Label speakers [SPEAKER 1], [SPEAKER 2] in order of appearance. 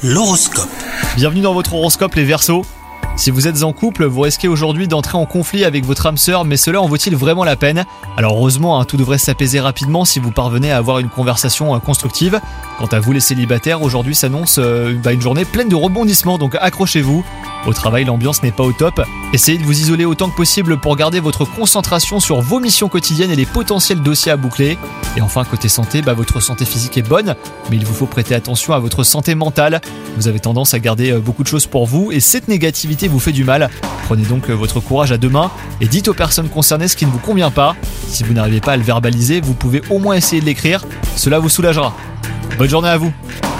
[SPEAKER 1] L'horoscope.
[SPEAKER 2] Bienvenue dans votre horoscope les Verseaux. Si vous êtes en couple, vous risquez aujourd'hui d'entrer en conflit avec votre âme sœur, mais cela en vaut-il vraiment la peine ? Alors heureusement, tout devrait s'apaiser rapidement si vous parvenez à avoir une conversation constructive. Quant à vous les célibataires, aujourd'hui s'annonce une journée pleine de rebondissements, donc accrochez-vous. Au travail, l'ambiance n'est pas au top. Essayez de vous isoler autant que possible pour garder votre concentration sur vos missions quotidiennes et les potentiels dossiers à boucler. Et enfin, côté santé, votre santé physique est bonne, mais il vous faut prêter attention à votre santé mentale. Vous avez tendance à garder beaucoup de choses pour vous et cette négativité vous fait du mal. Prenez donc votre courage à deux mains et dites aux personnes concernées ce qui ne vous convient pas. Si vous n'arrivez pas à le verbaliser, vous pouvez au moins essayer de l'écrire. Cela vous soulagera. Bonne journée à vous.